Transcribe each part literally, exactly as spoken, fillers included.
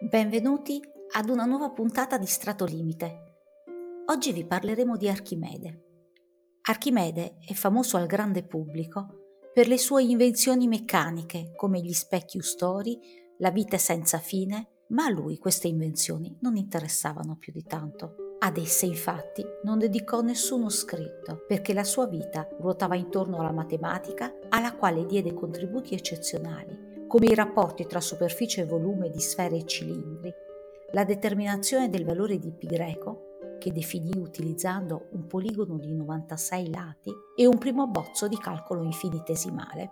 Benvenuti ad una nuova puntata di Strato Limite. Oggi vi parleremo di Archimede. Archimede è famoso al grande pubblico per le sue invenzioni meccaniche come gli specchi ustori, la vite senza fine, ma a lui queste invenzioni non interessavano più di tanto. Ad esse infatti non dedicò nessuno scritto perché la sua vita ruotava intorno alla matematica, alla quale diede contributi eccezionali come i rapporti tra superficie e volume di sfere e cilindri, la determinazione del valore di pi greco, che definì utilizzando un poligono di novantasei lati e un primo bozzo di calcolo infinitesimale.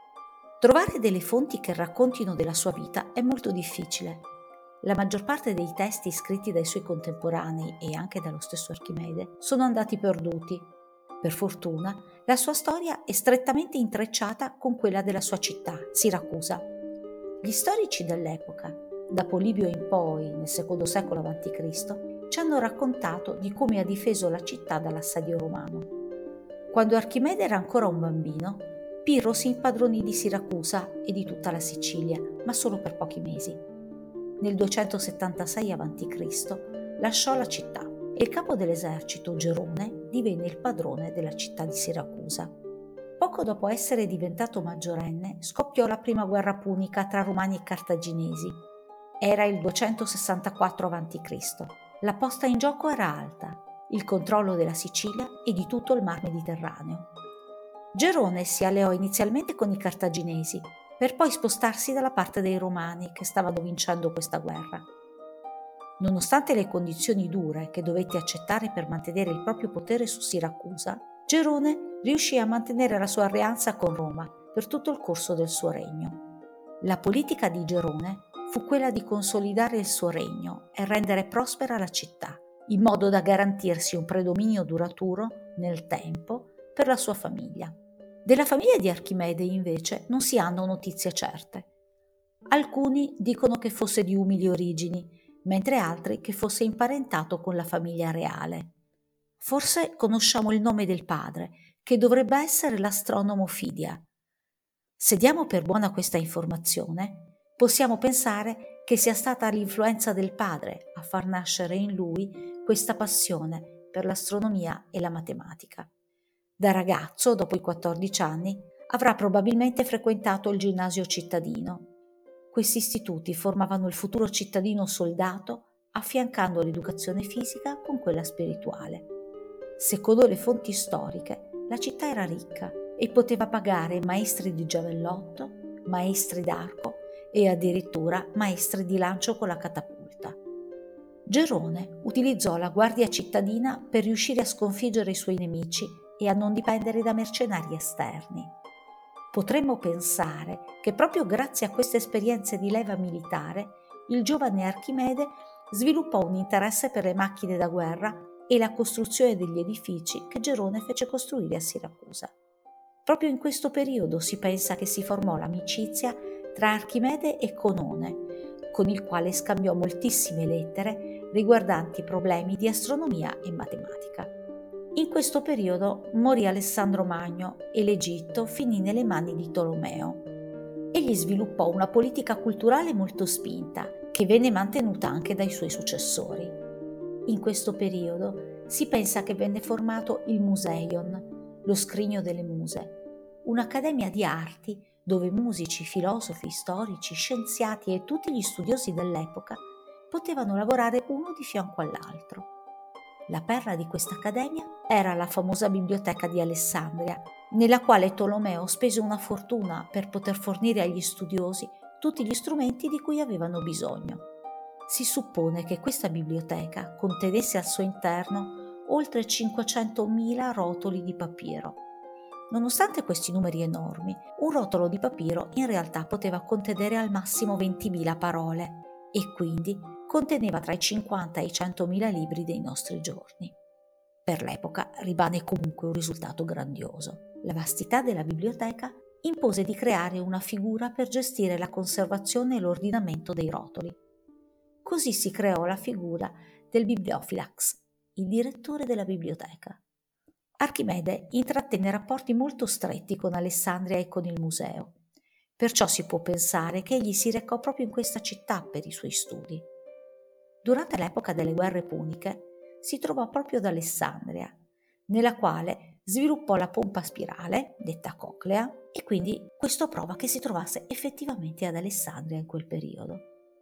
Trovare delle fonti che raccontino della sua vita è molto difficile. La maggior parte dei testi scritti dai suoi contemporanei e anche dallo stesso Archimede sono andati perduti. Per fortuna, la sua storia è strettamente intrecciata con quella della sua città, Siracusa. Gli storici dell'epoca, da Polibio in poi, nel secondo secolo avanti Cristo, ci hanno raccontato di come ha difeso la città dall'assedio romano. Quando Archimede era ancora un bambino, Pirro si impadronì di Siracusa e di tutta la Sicilia, ma solo per pochi mesi. Nel duecentosettantasei avanti Cristo lasciò la città e il capo dell'esercito, Gerone, divenne il padrone della città di Siracusa. Poco dopo essere diventato maggiorenne, scoppiò la prima guerra punica tra romani e cartaginesi. Era il duecentosessantaquattro avanti Cristo La posta in gioco era alta, il controllo della Sicilia e di tutto il mar Mediterraneo. Gerone si alleò inizialmente con i cartaginesi, per poi spostarsi dalla parte dei romani che stavano vincendo questa guerra. Nonostante le condizioni dure che dovette accettare per mantenere il proprio potere su Siracusa, Gerone riuscì a mantenere la sua alleanza con Roma per tutto il corso del suo regno. La politica di Gerone fu quella di consolidare il suo regno e rendere prospera la città, in modo da garantirsi un predominio duraturo nel tempo per la sua famiglia. Della famiglia di Archimede, invece, non si hanno notizie certe. Alcuni dicono che fosse di umili origini, mentre altri che fosse imparentato con la famiglia reale. Forse conosciamo il nome del padre, che dovrebbe essere l'astronomo Fidia. Se diamo per buona questa informazione, possiamo pensare che sia stata l'influenza del padre a far nascere in lui questa passione per l'astronomia e la matematica. Da ragazzo, dopo i quattordici anni, avrà probabilmente frequentato il ginnasio cittadino. Questi istituti formavano il futuro cittadino soldato, affiancando l'educazione fisica con quella spirituale. Secondo le fonti storiche, la città era ricca e poteva pagare maestri di giavellotto, maestri d'arco e addirittura maestri di lancio con la catapulta. Gerone utilizzò la guardia cittadina per riuscire a sconfiggere i suoi nemici e a non dipendere da mercenari esterni. Potremmo pensare che proprio grazie a queste esperienze di leva militare, il giovane Archimede sviluppò un interesse per le macchine da guerra e la costruzione degli edifici che Gerone fece costruire a Siracusa. Proprio in questo periodo si pensa che si formò l'amicizia tra Archimede e Conone, con il quale scambiò moltissime lettere riguardanti problemi di astronomia e matematica. In questo periodo morì Alessandro Magno e l'Egitto finì nelle mani di Tolomeo. Egli sviluppò una politica culturale molto spinta, che venne mantenuta anche dai suoi successori. In questo periodo si pensa che venne formato il Museion, lo scrigno delle muse, un'accademia di arti dove musici, filosofi, storici, scienziati e tutti gli studiosi dell'epoca potevano lavorare uno di fianco all'altro. La perla di questa accademia era la famosa biblioteca di Alessandria, nella quale Tolomeo spese una fortuna per poter fornire agli studiosi tutti gli strumenti di cui avevano bisogno. Si suppone che questa biblioteca contenesse al suo interno oltre cinquecentomila rotoli di papiro. Nonostante questi numeri enormi, un rotolo di papiro in realtà poteva contenere al massimo ventimila parole e quindi conteneva tra i cinquanta e i centomila libri dei nostri giorni. Per l'epoca rimane comunque un risultato grandioso. La vastità della biblioteca impose di creare una figura per gestire la conservazione e l'ordinamento dei rotoli. Così si creò la figura del bibliophilax, il direttore della biblioteca. Archimede intrattenne rapporti molto stretti con Alessandria e con il museo. Perciò si può pensare che egli si recò proprio in questa città per i suoi studi. Durante l'epoca delle guerre puniche si trovò proprio ad Alessandria, nella quale sviluppò la pompa spirale, detta coclea, e quindi questo prova che si trovasse effettivamente ad Alessandria in quel periodo.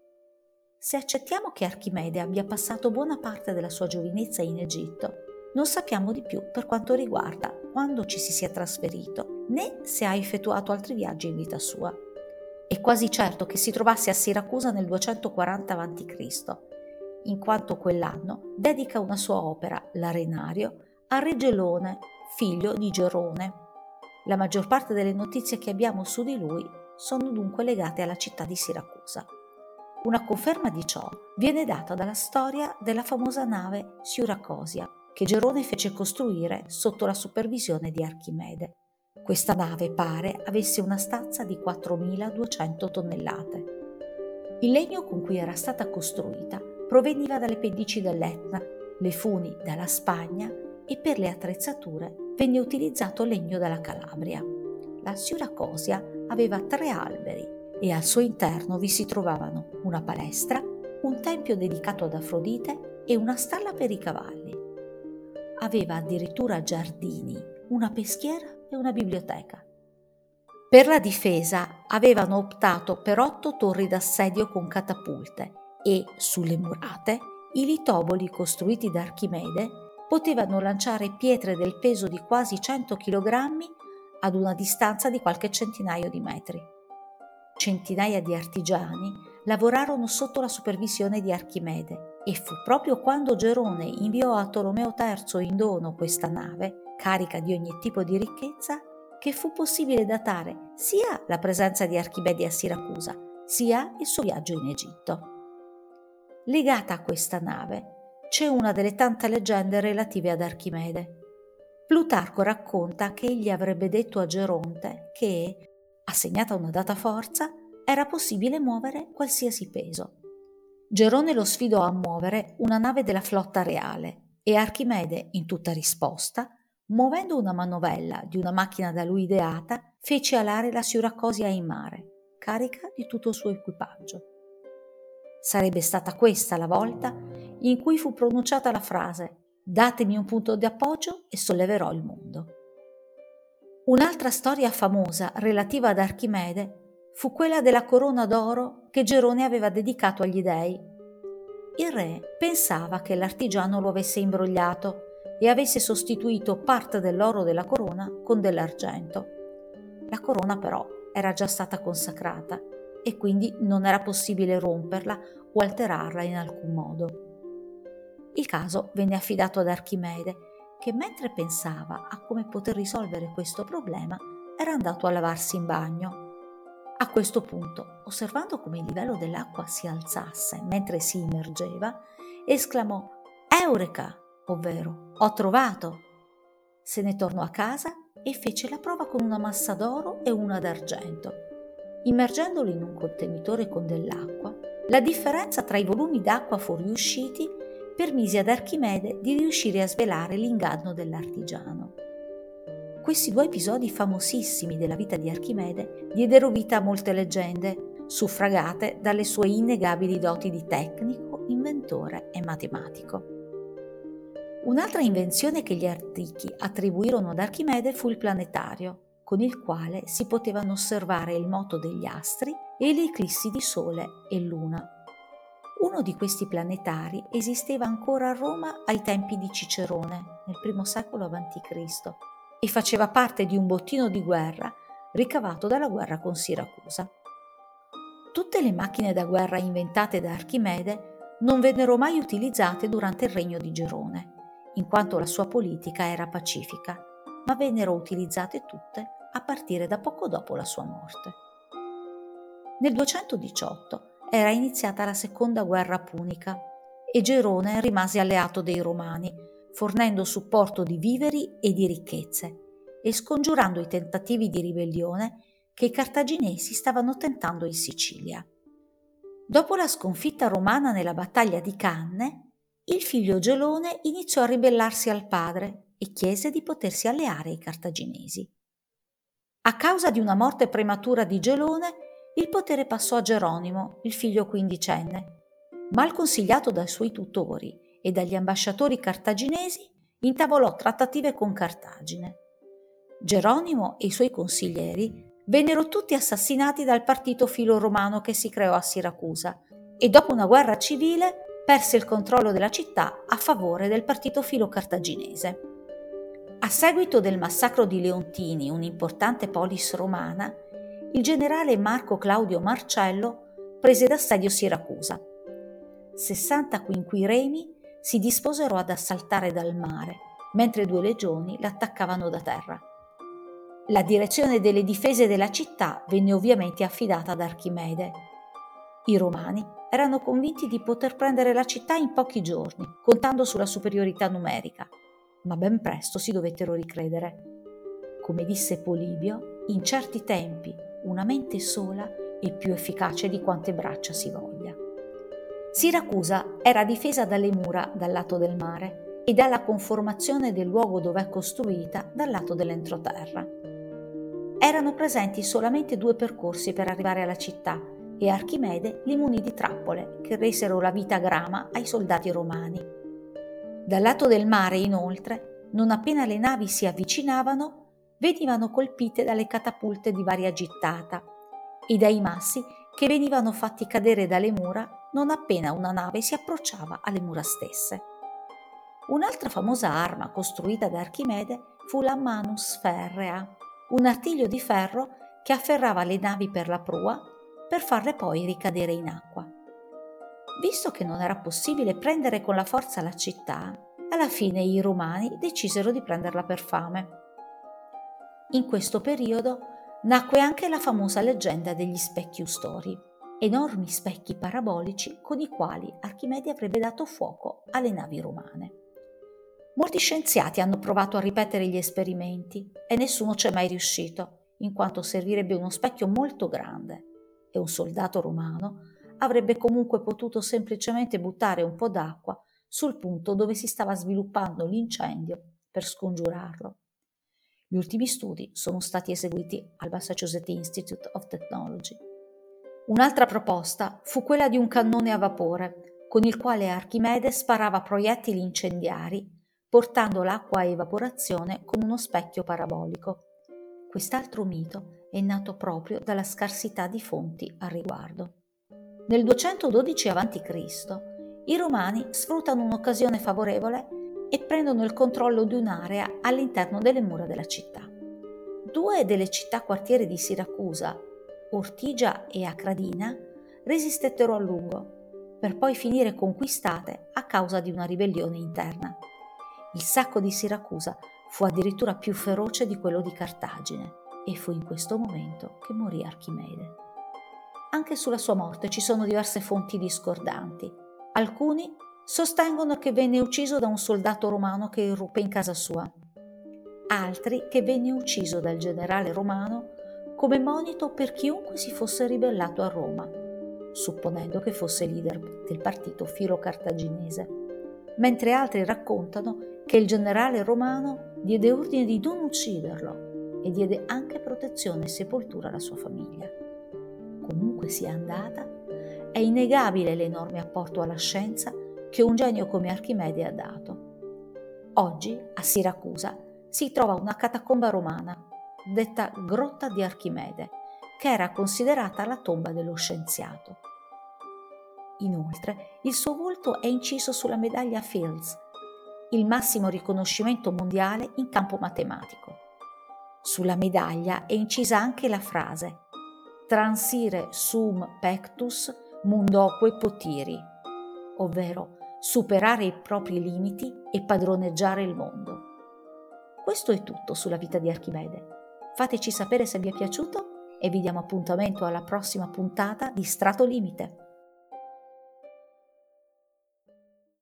Se accettiamo che Archimede abbia passato buona parte della sua giovinezza in Egitto, non sappiamo di più per quanto riguarda quando ci si sia trasferito, né se ha effettuato altri viaggi in vita sua. È quasi certo che si trovasse a Siracusa nel duecentoquaranta avanti Cristo, in quanto quell'anno dedica una sua opera, l'Arenario, a re Gelone, figlio di Gerone. La maggior parte delle notizie che abbiamo su di lui sono dunque legate alla città di Siracusa. Una conferma di ciò viene data dalla storia della famosa nave Siuracosia, che Gerone fece costruire sotto la supervisione di Archimede. Questa nave pare avesse una stazza di quattromiladuecento tonnellate. Il legno con cui era stata costruita proveniva dalle pendici dell'Etna, le funi dalla Spagna e per le attrezzature venne utilizzato legno dalla Calabria. La Siuracosia aveva tre alberi e al suo interno vi si trovavano una palestra, un tempio dedicato ad Afrodite e una stalla per i cavalli. Aveva addirittura giardini, una peschiera e una biblioteca. Per la difesa avevano optato per otto torri d'assedio con catapulte e, sulle murate, i litoboli costruiti da Archimede potevano lanciare pietre del peso di quasi cento chilogrammi ad una distanza di qualche centinaio di metri. Centinaia di artigiani lavorarono sotto la supervisione di Archimede e fu proprio quando Gerone inviò a Tolomeo terzo in dono questa nave, carica di ogni tipo di ricchezza, che fu possibile datare sia la presenza di Archimede a Siracusa, sia il suo viaggio in Egitto. Legata a questa nave c'è una delle tante leggende relative ad Archimede. Plutarco racconta che egli avrebbe detto a Geronte che, assegnata una data forza, era possibile muovere qualsiasi peso. Gerone lo sfidò a muovere una nave della flotta reale e Archimede, in tutta risposta, muovendo una manovella di una macchina da lui ideata, fece alare la Siuracosia in mare, carica di tutto il suo equipaggio. Sarebbe stata questa la volta in cui fu pronunciata la frase «Datemi un punto di appoggio e solleverò il mondo». Un'altra storia famosa relativa ad Archimede fu quella della corona d'oro che Gerone aveva dedicato agli dei. Il re pensava che l'artigiano lo avesse imbrogliato e avesse sostituito parte dell'oro della corona con dell'argento. La corona però era già stata consacrata e quindi non era possibile romperla o alterarla in alcun modo. Il caso venne affidato ad Archimede, che mentre pensava a come poter risolvere questo problema era andato a lavarsi in bagno. A questo punto, osservando come il livello dell'acqua si alzasse mentre si immergeva, esclamò «Eureka!», ovvero «Ho trovato!». Se ne tornò a casa e fece la prova con una massa d'oro e una d'argento. Immergendolo in un contenitore con dell'acqua, la differenza tra i volumi d'acqua fuoriusciti permise ad Archimede di riuscire a svelare l'inganno dell'artigiano. Questi due episodi famosissimi della vita di Archimede diedero vita a molte leggende, suffragate dalle sue innegabili doti di tecnico, inventore e matematico. Un'altra invenzione che gli antichi attribuirono ad Archimede fu il planetario, con il quale si potevano osservare il moto degli astri e le eclissi di Sole e Luna. Uno di questi planetari esisteva ancora a Roma ai tempi di Cicerone, nel primo secolo avanti Cristo, e faceva parte di un bottino di guerra ricavato dalla guerra con Siracusa. Tutte le macchine da guerra inventate da Archimede non vennero mai utilizzate durante il regno di Gerone, in quanto la sua politica era pacifica, ma vennero utilizzate tutte a partire da poco dopo la sua morte. Nel duecentodiciotto era iniziata la seconda guerra punica e Gerone rimase alleato dei Romani, fornendo supporto di viveri e di ricchezze e scongiurando i tentativi di ribellione che i cartaginesi stavano tentando in Sicilia. Dopo la sconfitta romana nella battaglia di Canne, il figlio Gelone iniziò a ribellarsi al padre e chiese di potersi alleare ai cartaginesi. A causa di una morte prematura di Gelone, il potere passò a Geronimo, il figlio quindicenne. Mal consigliato dai suoi tutori e dagli ambasciatori cartaginesi, intavolò trattative con Cartagine. Geronimo e i suoi consiglieri vennero tutti assassinati dal partito filo-romano che si creò a Siracusa e dopo una guerra civile perse il controllo della città a favore del partito filo-cartaginese. A seguito del massacro di Leontini, un'importante polis romana, il generale Marco Claudio Marcello prese d'assedio Siracusa. sessanta quinquiremi si disposero ad assaltare dal mare, mentre due legioni l'attaccavano da terra. La direzione delle difese della città venne ovviamente affidata ad Archimede. I romani erano convinti di poter prendere la città in pochi giorni, contando sulla superiorità numerica, ma ben presto si dovettero ricredere. Come disse Polibio, in certi tempi una mente sola è più efficace di quante braccia si voglia. Siracusa era difesa dalle mura dal lato del mare e dalla conformazione del luogo dove è costruita dal lato dell'entroterra. Erano presenti solamente due percorsi per arrivare alla città e Archimede li munì di trappole che resero la vita grama ai soldati romani. Dal lato del mare, inoltre, non appena le navi si avvicinavano, venivano colpite dalle catapulte di varia gittata e dai massi che venivano fatti cadere dalle mura non appena una nave si approcciava alle mura stesse. Un'altra famosa arma costruita da Archimede fu la manus ferrea, un artiglio di ferro che afferrava le navi per la prua per farle poi ricadere in acqua. Visto che non era possibile prendere con la forza la città, alla fine i romani decisero di prenderla per fame. In questo periodo nacque anche la famosa leggenda degli specchi ustori, enormi specchi parabolici con i quali Archimede avrebbe dato fuoco alle navi romane. Molti scienziati hanno provato a ripetere gli esperimenti e nessuno ci è mai riuscito, in quanto servirebbe uno specchio molto grande e un soldato romano avrebbe comunque potuto semplicemente buttare un po' d'acqua sul punto dove si stava sviluppando l'incendio per scongiurarlo. Gli ultimi studi sono stati eseguiti al Massachusetts Institute of Technology. Un'altra proposta fu quella di un cannone a vapore, con il quale Archimede sparava proiettili incendiari, portando l'acqua a evaporazione con uno specchio parabolico. Quest'altro mito è nato proprio dalla scarsità di fonti al riguardo. Nel duecentododici avanti Cristo i Romani sfruttano un'occasione favorevole e prendono il controllo di un'area all'interno delle mura della città. Due delle città quartiere di Siracusa, Ortigia e Acradina, resistettero a lungo, per poi finire conquistate a causa di una ribellione interna. Il sacco di Siracusa fu addirittura più feroce di quello di Cartagine e fu in questo momento che morì Archimede. Anche sulla sua morte ci sono diverse fonti discordanti. Alcuni sostengono che venne ucciso da un soldato romano che irruppe in casa sua, altri che venne ucciso dal generale romano come monito per chiunque si fosse ribellato a Roma, supponendo che fosse leader del partito filo-cartaginese, mentre altri raccontano che il generale romano diede ordine di non ucciderlo e diede anche protezione e sepoltura alla sua famiglia. Comunque sia andata, è innegabile l'enorme apporto alla scienza che un genio come Archimede ha dato. Oggi, a Siracusa, si trova una catacomba romana, detta Grotta di Archimede, che era considerata la tomba dello scienziato. Inoltre, il suo volto è inciso sulla medaglia Fields, il massimo riconoscimento mondiale in campo matematico. Sulla medaglia è incisa anche la frase Transire sum pectus mundoque potiri, ovvero superare i propri limiti e padroneggiare il mondo. Questo è tutto sulla vita di Archimede. Fateci sapere se vi è piaciuto e vi diamo appuntamento alla prossima puntata di Strato Limite.